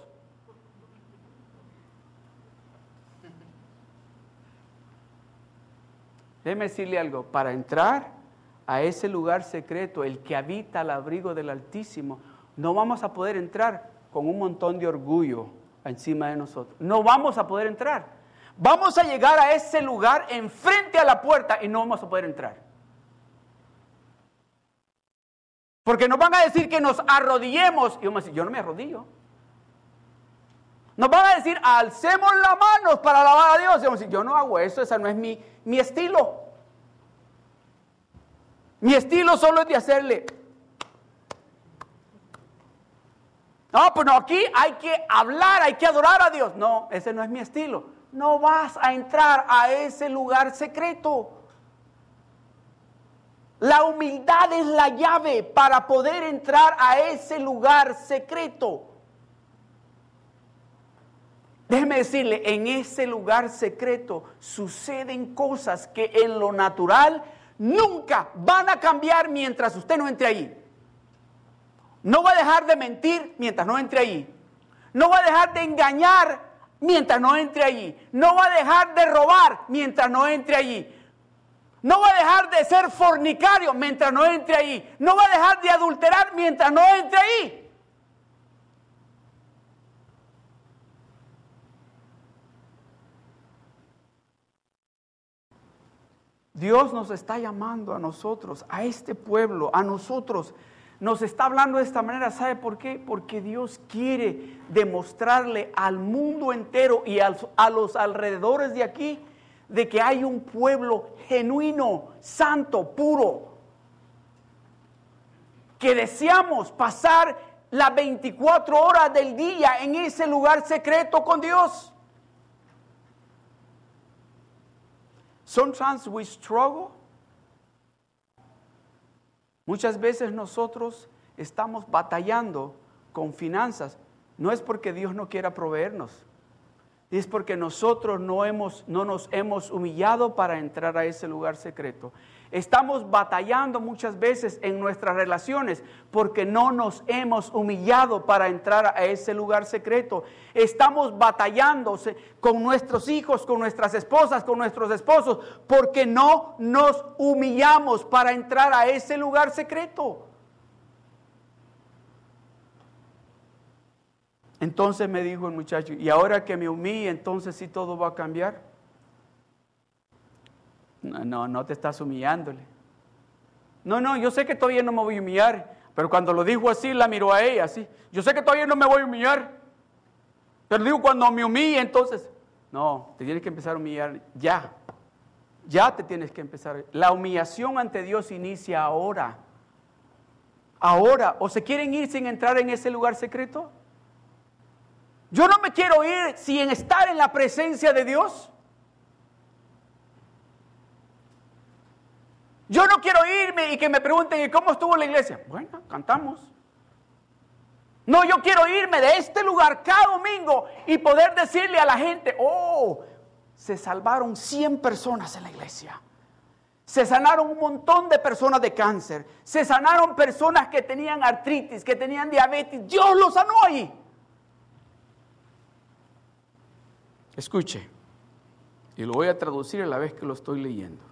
[SPEAKER 1] Déjeme decirle algo, para entrar a ese lugar secreto, el que habita al abrigo del Altísimo, no vamos a poder entrar con un montón de orgullo encima de nosotros. No vamos a poder entrar. Vamos a llegar a ese lugar enfrente a la puerta y no vamos a poder entrar. Porque nos van a decir que nos arrodillemos y vamos a decir, yo no me arrodillo. Nos van a decir, alcemos las manos para alabar a Dios. Y vamos a decir, yo no hago eso, ese no es mi, mi estilo. Mi estilo solo es de hacerle. No, pues no, aquí hay que hablar, hay que adorar a Dios. No, ese no es mi estilo. No vas a entrar a ese lugar secreto. La humildad es la llave para poder entrar a ese lugar secreto. Déjeme decirle, en ese lugar secreto suceden cosas que en lo natural nunca van a cambiar mientras usted no entre allí. No va a dejar de mentir mientras no entre allí. No va a dejar de engañar mientras no entre allí. No va a dejar de robar mientras no entre allí. No va a dejar de ser fornicario mientras no entre allí. No va a dejar de adulterar mientras no entre allí. Dios nos está llamando a nosotros, a este pueblo, a nosotros. Nos está hablando de esta manera, ¿sabe por qué? Porque Dios quiere demostrarle al mundo entero y a los alrededores de aquí de que hay un pueblo genuino, santo, puro, que deseamos pasar las veinticuatro horas del día en ese lugar secreto con Dios. Sometimes we struggle. Muchas veces nosotros estamos batallando con finanzas. No es porque Dios no quiera proveernos. Es porque nosotros no, hemos, no nos hemos humillado para entrar a ese lugar secreto. Estamos batallando muchas veces en nuestras relaciones porque no nos hemos humillado para entrar a ese lugar secreto. Estamos batallando con nuestros hijos, con nuestras esposas, con nuestros esposos, porque no nos humillamos para entrar a ese lugar secreto. Entonces me dijo el muchacho, y ahora que me humille, entonces sí todo va a cambiar. No, no, no te estás humillándole. No, no, yo sé que todavía no me voy a humillar, pero cuando lo dijo así, la miró a ella así. Yo sé que todavía no me voy a humillar, pero digo, cuando me humille, entonces, no, te tienes que empezar a humillar ya. Ya te tienes que empezar. La humillación ante Dios inicia ahora. Ahora, ¿o se quieren ir sin entrar en ese lugar secreto? Yo no me quiero ir sin estar en la presencia de Dios. Yo no quiero irme y que me pregunten, ¿y cómo estuvo la iglesia? Bueno, cantamos. No, yo quiero irme de este lugar cada domingo y poder decirle a la gente, oh, se salvaron cien personas en la iglesia. Se sanaron un montón de personas de cáncer. Se sanaron personas que tenían artritis, que tenían diabetes. Dios los sanó allí. Escuche, y lo voy a traducir a la vez que lo estoy leyendo.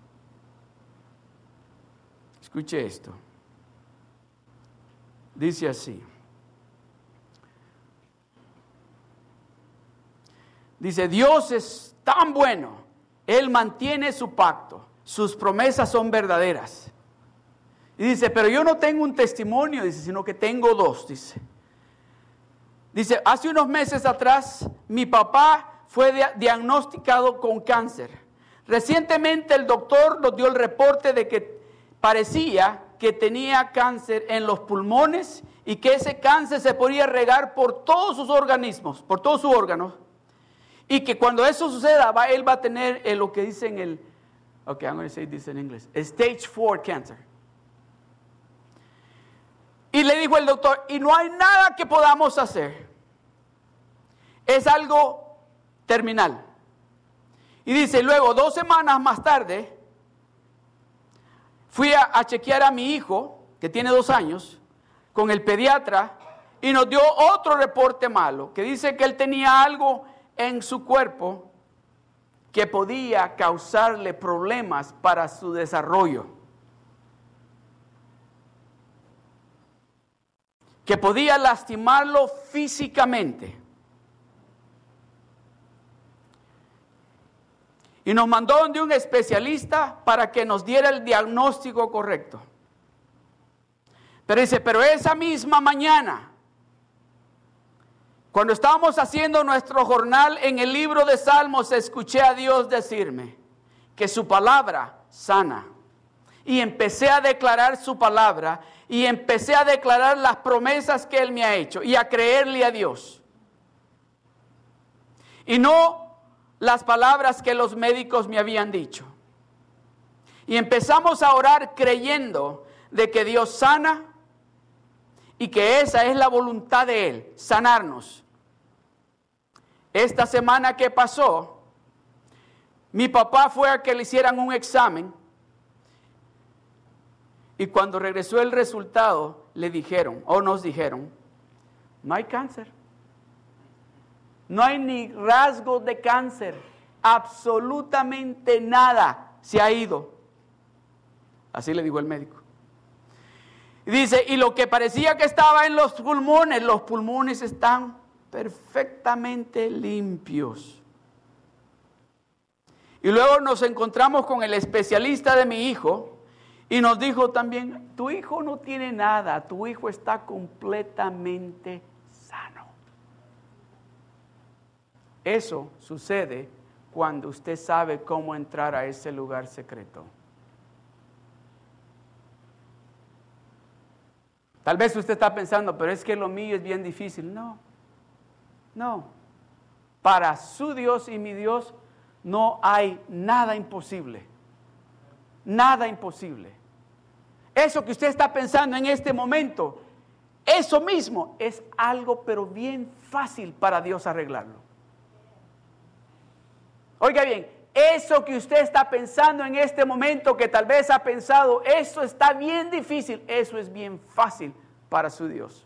[SPEAKER 1] Escuche esto. Dice así. Dice, Dios es tan bueno. Él mantiene su pacto. Sus promesas son verdaderas. Y dice, pero yo no tengo un testimonio, dice, sino que tengo dos, dice. Dice, hace unos meses atrás, mi papá fue diagnosticado con cáncer. Recientemente el doctor nos dio el reporte de que parecía que tenía cáncer en los pulmones y que ese cáncer se podía regar por todos sus organismos, por todos sus órganos. Y que cuando eso suceda, va, él va a tener eh, lo que dicen el, ok, I'm going to say this in English, stage four cancer. Y le dijo el doctor, y no hay nada que podamos hacer. Es algo terminal. Y dice, luego, dos semanas más tarde, fui a, a chequear a mi hijo, que tiene dos años, con el pediatra, y nos dio otro reporte malo, que dice que él tenía algo en su cuerpo que podía causarle problemas para su desarrollo. Que podía lastimarlo físicamente. Y nos mandó donde un especialista para que nos diera el diagnóstico correcto. Pero dice, pero esa misma mañana, cuando estábamos haciendo nuestro jornal en el libro de Salmos, escuché a Dios decirme que su palabra sana. Y empecé a declarar su palabra y empecé a declarar las promesas que Él me ha hecho y a creerle a Dios. Y no las palabras que los médicos me habían dicho. Y empezamos a orar creyendo de que Dios sana y que esa es la voluntad de Él, sanarnos. Esta semana que pasó, mi papá fue a que le hicieran un examen y cuando regresó el resultado le dijeron, o nos dijeron, no hay cáncer. No hay ni rasgos de cáncer, absolutamente nada se ha ido. Así le dijo el médico. Dice, y lo que parecía que estaba en los pulmones, los pulmones están perfectamente limpios. Y luego nos encontramos con el especialista de mi hijo y nos dijo también, tu hijo no tiene nada, tu hijo está completamente sano. Eso sucede cuando usted sabe cómo entrar a ese lugar secreto. Tal vez usted está pensando, pero es que lo mío es bien difícil. No, no. Para su Dios y mi Dios no hay nada imposible. Nada imposible. Eso que usted está pensando en este momento, eso mismo es algo pero bien fácil para Dios arreglarlo. Oiga bien, eso que usted está pensando en este momento, que tal vez ha pensado, eso está bien difícil, eso es bien fácil para su Dios.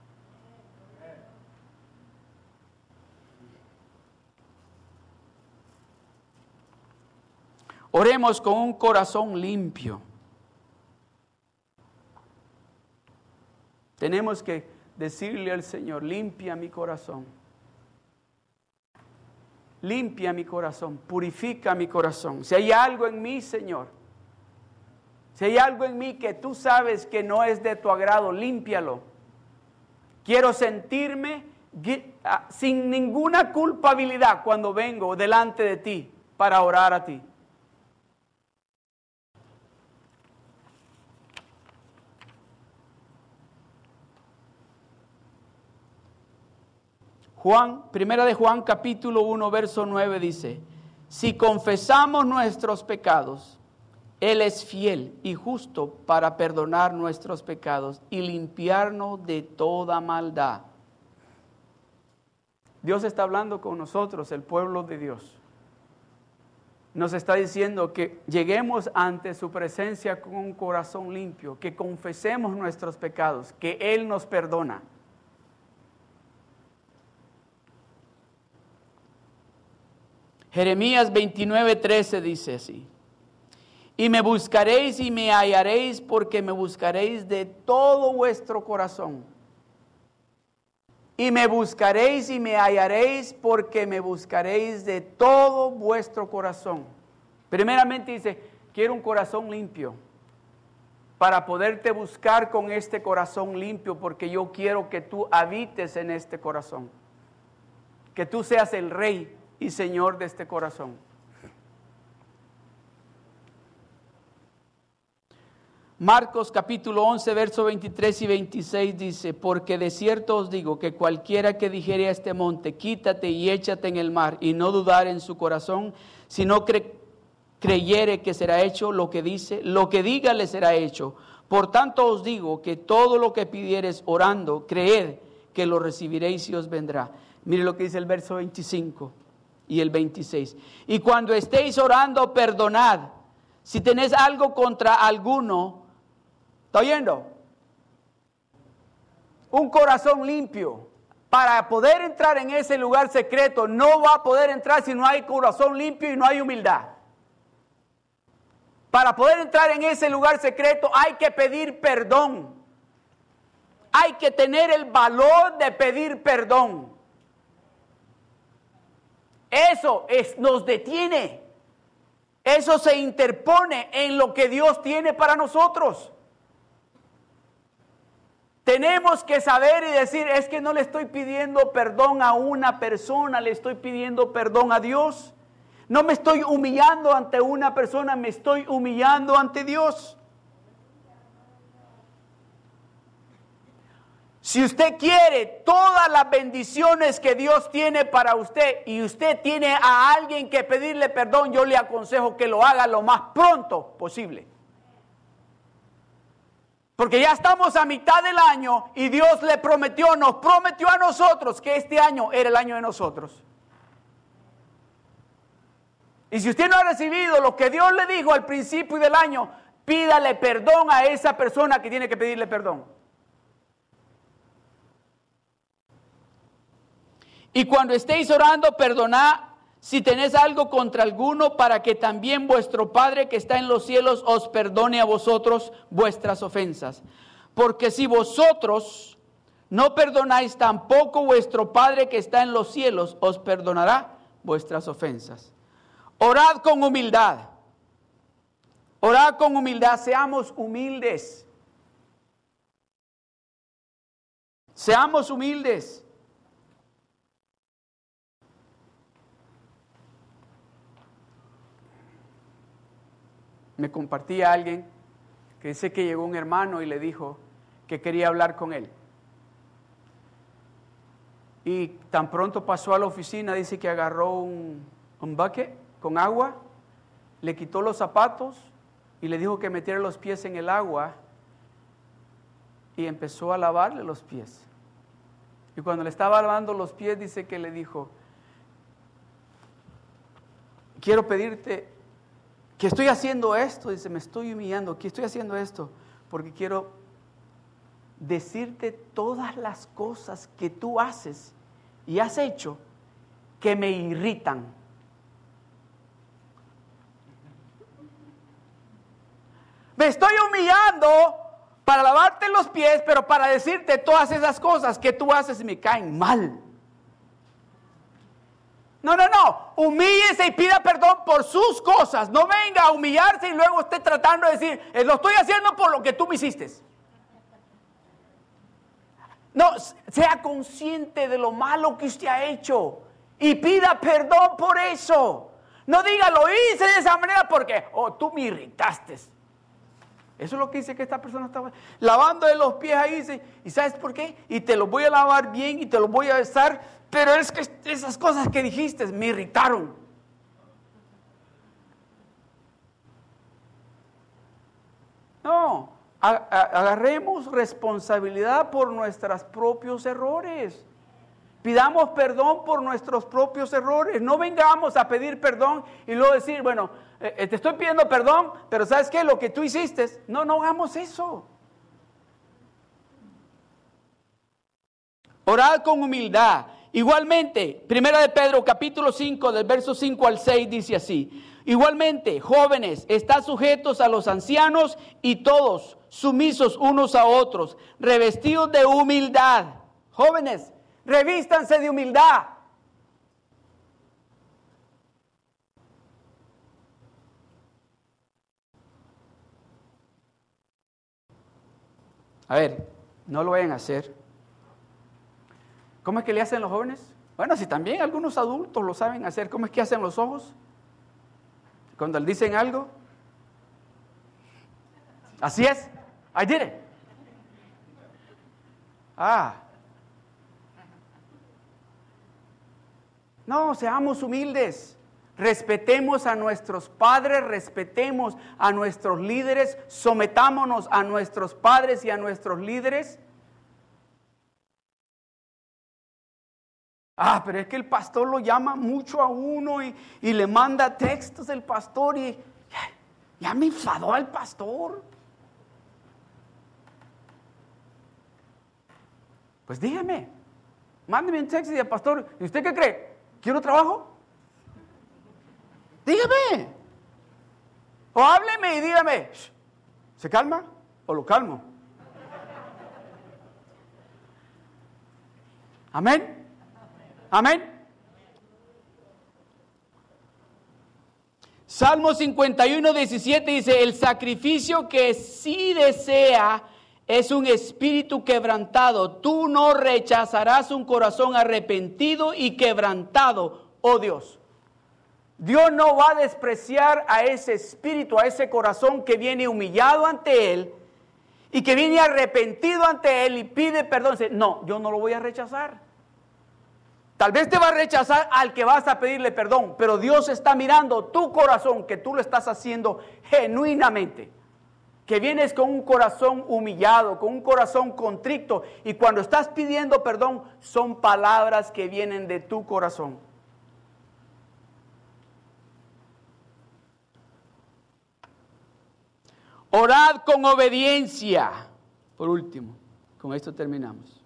[SPEAKER 1] Oremos con un corazón limpio. Tenemos que decirle al Señor, limpia mi corazón. Limpia mi corazón, purifica mi corazón. Si hay algo en mí, Señor, si hay algo en mí que tú sabes que no es de tu agrado, límpialo. Quiero sentirme sin ninguna culpabilidad cuando vengo delante de ti para orar a ti. Juan, primera de Juan capítulo uno, verso nueve dice, si confesamos nuestros pecados, Él es fiel y justo para perdonar nuestros pecados y limpiarnos de toda maldad. Dios está hablando con nosotros, el pueblo de Dios. nos está diciendo que lleguemos ante su presencia con un corazón limpio, que confesemos nuestros pecados, que Él nos perdona. Jeremías veintinueve, trece dice así: y me buscaréis y me hallaréis, porque me buscaréis de todo vuestro corazón. Y me buscaréis y me hallaréis, porque me buscaréis de todo vuestro corazón. Primeramente dice, quiero un corazón limpio, para poderte buscar con este corazón limpio, porque yo quiero que tú habites en este corazón, que tú seas el Rey y Señor de este corazón. Marcos capítulo once, verso veintitrés y veintiséis dice: porque de cierto os digo que cualquiera que dijere a este monte, quítate y échate en el mar, y no dudar en su corazón, sino cre creyere que será hecho lo que dice, lo que diga le será hecho. Por tanto os digo que todo lo que pidiereis orando, creed que lo recibiréis y os vendrá. Mire lo que dice el verso veinticinco y el veintiséis. Y cuando estéis orando, perdonad si tenéis algo contra alguno. ¿Está oyendo? Un corazón limpio. Para poder entrar en ese lugar secreto, no va a poder entrar si no hay corazón limpio y no hay humildad. Para poder entrar en ese lugar secreto hay que pedir perdón. Hay que tener el valor de pedir perdón. Eso es, nos detiene. Eso se interpone en lo que Dios tiene para nosotros. Tenemos que saber y decir, es que no le estoy pidiendo perdón a una persona, le estoy pidiendo perdón a Dios. No me estoy humillando ante una persona, me estoy humillando ante Dios. Si usted quiere todas las bendiciones que Dios tiene para usted y usted tiene a alguien que pedirle perdón, yo le aconsejo que lo haga lo más pronto posible. Porque ya estamos a mitad del año y Dios le prometió, nos prometió a nosotros que este año era el año de nosotros. Y si usted no ha recibido lo que Dios le dijo al principio del año, pídale perdón a esa persona que tiene que pedirle perdón. Y cuando estéis orando, perdonad si tenéis algo contra alguno, para que también vuestro Padre que está en los cielos os perdone a vosotros vuestras ofensas. Porque si vosotros no perdonáis, tampoco vuestro Padre que está en los cielos os perdonará vuestras ofensas. Orad con humildad. Orad con humildad, seamos humildes. Seamos humildes. Me compartía alguien que dice que llegó un hermano y le dijo que quería hablar con él. Y tan pronto pasó a la oficina, dice que agarró un, un bucket con agua, le quitó los zapatos y le dijo que metiera los pies en el agua y empezó a lavarle los pies. Y cuando le estaba lavando los pies, dice que le dijo: quiero pedirte que estoy haciendo esto, dice, me estoy humillando, que estoy haciendo esto, porque quiero decirte todas las cosas que tú haces y has hecho que me irritan. Me estoy humillando para lavarte los pies, pero para decirte todas esas cosas que tú haces y me caen mal. No, no, no, humíllese y pida perdón por sus cosas. No venga a humillarse y luego esté tratando de decir, lo estoy haciendo por lo que tú me hiciste. No, sea consciente de lo malo que usted ha hecho y pida perdón por eso. No diga, lo hice de esa manera porque, oh, tú me irritaste. Eso es lo que dice que esta persona estaba lavando de los pies ahí. Dice, ¿y sabes por qué? Y te los voy a lavar bien y te los voy a besar. Pero es que esas cosas que dijiste me irritaron. No, agarremos responsabilidad por nuestros propios errores. Pidamos perdón por nuestros propios errores. No vengamos a pedir perdón y luego decir, bueno, eh, te estoy pidiendo perdón, pero ¿sabes qué? Lo que tú hiciste. No, no hagamos eso. Orad con humildad. Igualmente, Primera de Pedro, capítulo cinco, del verso cinco al seis, dice así. Igualmente, jóvenes, estad sujetos a los ancianos y todos sumisos unos a otros, revestidos de humildad. Jóvenes, revístanse de humildad. A ver, no lo vayan a hacer. ¿Cómo es que le hacen los jóvenes? Bueno, si también algunos adultos lo saben hacer, ¿cómo es que hacen los ojos? Cuando le dicen algo. Así es. I did it. Ah. No, seamos humildes. Respetemos a nuestros padres, respetemos a nuestros líderes, sometámonos a nuestros padres y a nuestros líderes. Ah, pero es que el pastor lo llama mucho a uno y, y le manda textos el pastor y ya, ya me enfadó al pastor. Pues dígame, mándeme un texto y el pastor, ¿y usted qué cree? ¿Quiero trabajo? Dígame. O hábleme y dígame, ¿se calma o lo calmo? Amén. Amén. Salmo cincuenta y uno, diecisiete dice, el sacrificio que sí desea es un espíritu quebrantado. Tú no rechazarás un corazón arrepentido y quebrantado, oh Dios. Dios no va a despreciar a ese espíritu, a ese corazón que viene humillado ante Él y que viene arrepentido ante Él y pide perdón. No, yo no lo voy a rechazar. Tal vez te va a rechazar al que vas a pedirle perdón, pero Dios está mirando tu corazón, que tú lo estás haciendo genuinamente. Que vienes con un corazón humillado, con un corazón contrito, y cuando estás pidiendo perdón, son palabras que vienen de tu corazón. Orad con obediencia. Por último, con esto terminamos.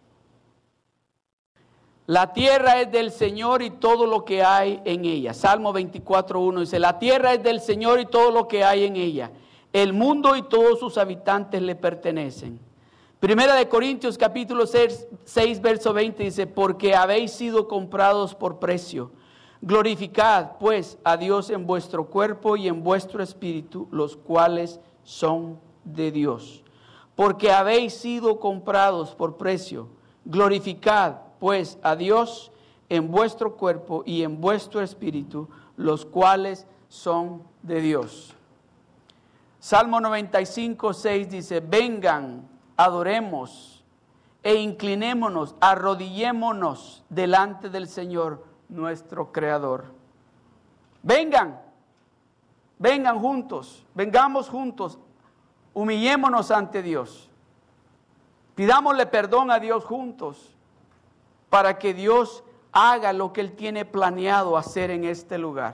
[SPEAKER 1] La tierra es del Señor y todo lo que hay en ella. Salmo veinticuatro, uno dice, la tierra es del Señor y todo lo que hay en ella. El mundo y todos sus habitantes le pertenecen. Primera de Corintios capítulo seis, verso veinte dice, porque habéis sido comprados por precio. Glorificad pues a Dios en vuestro cuerpo y en vuestro espíritu, los cuales son de Dios. Porque habéis sido comprados por precio. Glorificad pues a Dios en vuestro cuerpo y en vuestro espíritu, los cuales son de Dios. Salmo noventa y cinco, seis dice, vengan, adoremos e inclinémonos, arrodillémonos delante del Señor, nuestro Creador. Vengan, vengan juntos, vengamos juntos, humillémonos ante Dios. Pidámosle perdón a Dios juntos, para que Dios haga lo que Él tiene planeado hacer en este lugar.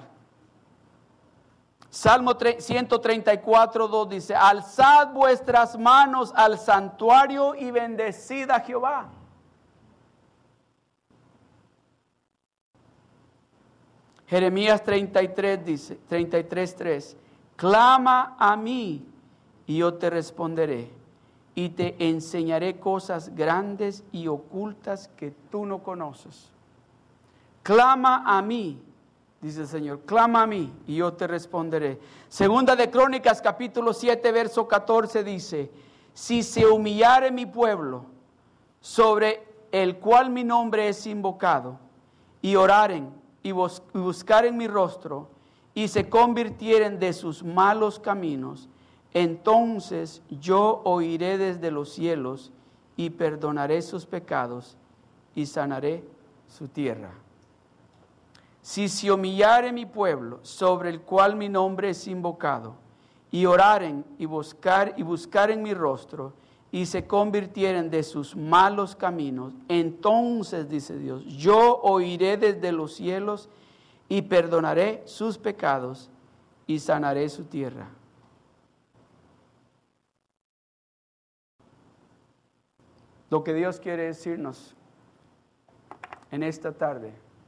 [SPEAKER 1] Salmo ciento treinta y cuatro, dos dice, alzad vuestras manos al santuario y bendecid a Jehová. Jeremías treinta y tres dice, treinta y tres, tres, clama a mí y yo te responderé y te enseñaré cosas grandes y ocultas que tú no conoces. Clama a mí, dice el Señor, clama a mí y yo te responderé. Segunda de Crónicas capítulo siete, verso catorce dice, si se humillare mi pueblo, sobre el cual mi nombre es invocado, y oraren y bus- y buscaren mi rostro, y se convirtieren de sus malos caminos, entonces yo oiré desde los cielos y perdonaré sus pecados y sanaré su tierra. Si se humillare mi pueblo, sobre el cual mi nombre es invocado, y oraren y buscar y buscaren mi rostro, y se convirtieren de sus malos caminos, entonces, dice Dios, yo oiré desde los cielos y perdonaré sus pecados y sanaré su tierra. Lo que Dios quiere decirnos en esta tarde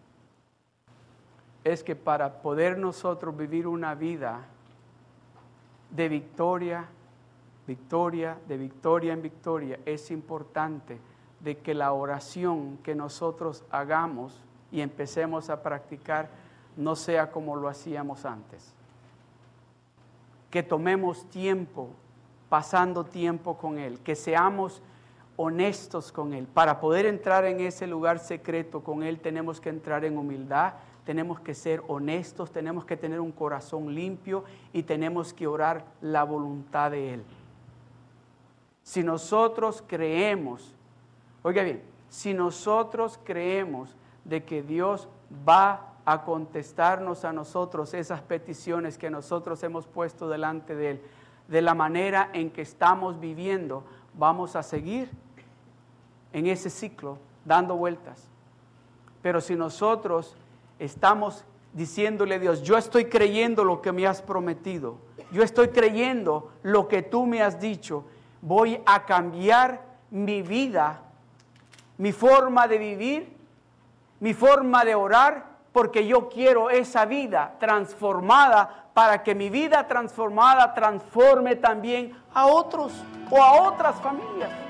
[SPEAKER 1] es que para poder nosotros vivir una vida de victoria, victoria, de victoria en victoria, es importante de que la oración que nosotros hagamos y empecemos a practicar no sea como lo hacíamos antes. Que tomemos tiempo, pasando tiempo con Él, que seamos honestos con Él. Para poder entrar en ese lugar secreto con Él tenemos que entrar en humildad, tenemos que ser honestos, tenemos que tener un corazón limpio y tenemos que orar la voluntad de Él. Si nosotros creemos, oiga bien, si nosotros creemos de que Dios va a contestarnos a nosotros esas peticiones que nosotros hemos puesto delante de Él, de la manera en que estamos viviendo, vamos a seguir en ese ciclo dando vueltas. Pero si nosotros estamos diciéndole a Dios, yo estoy creyendo lo que me has prometido, yo estoy creyendo lo que tú me has dicho, voy a cambiar mi vida, mi forma de vivir, mi forma de orar, porque yo quiero esa vida transformada para que mi vida transformada transforme también a otros o a otras familias.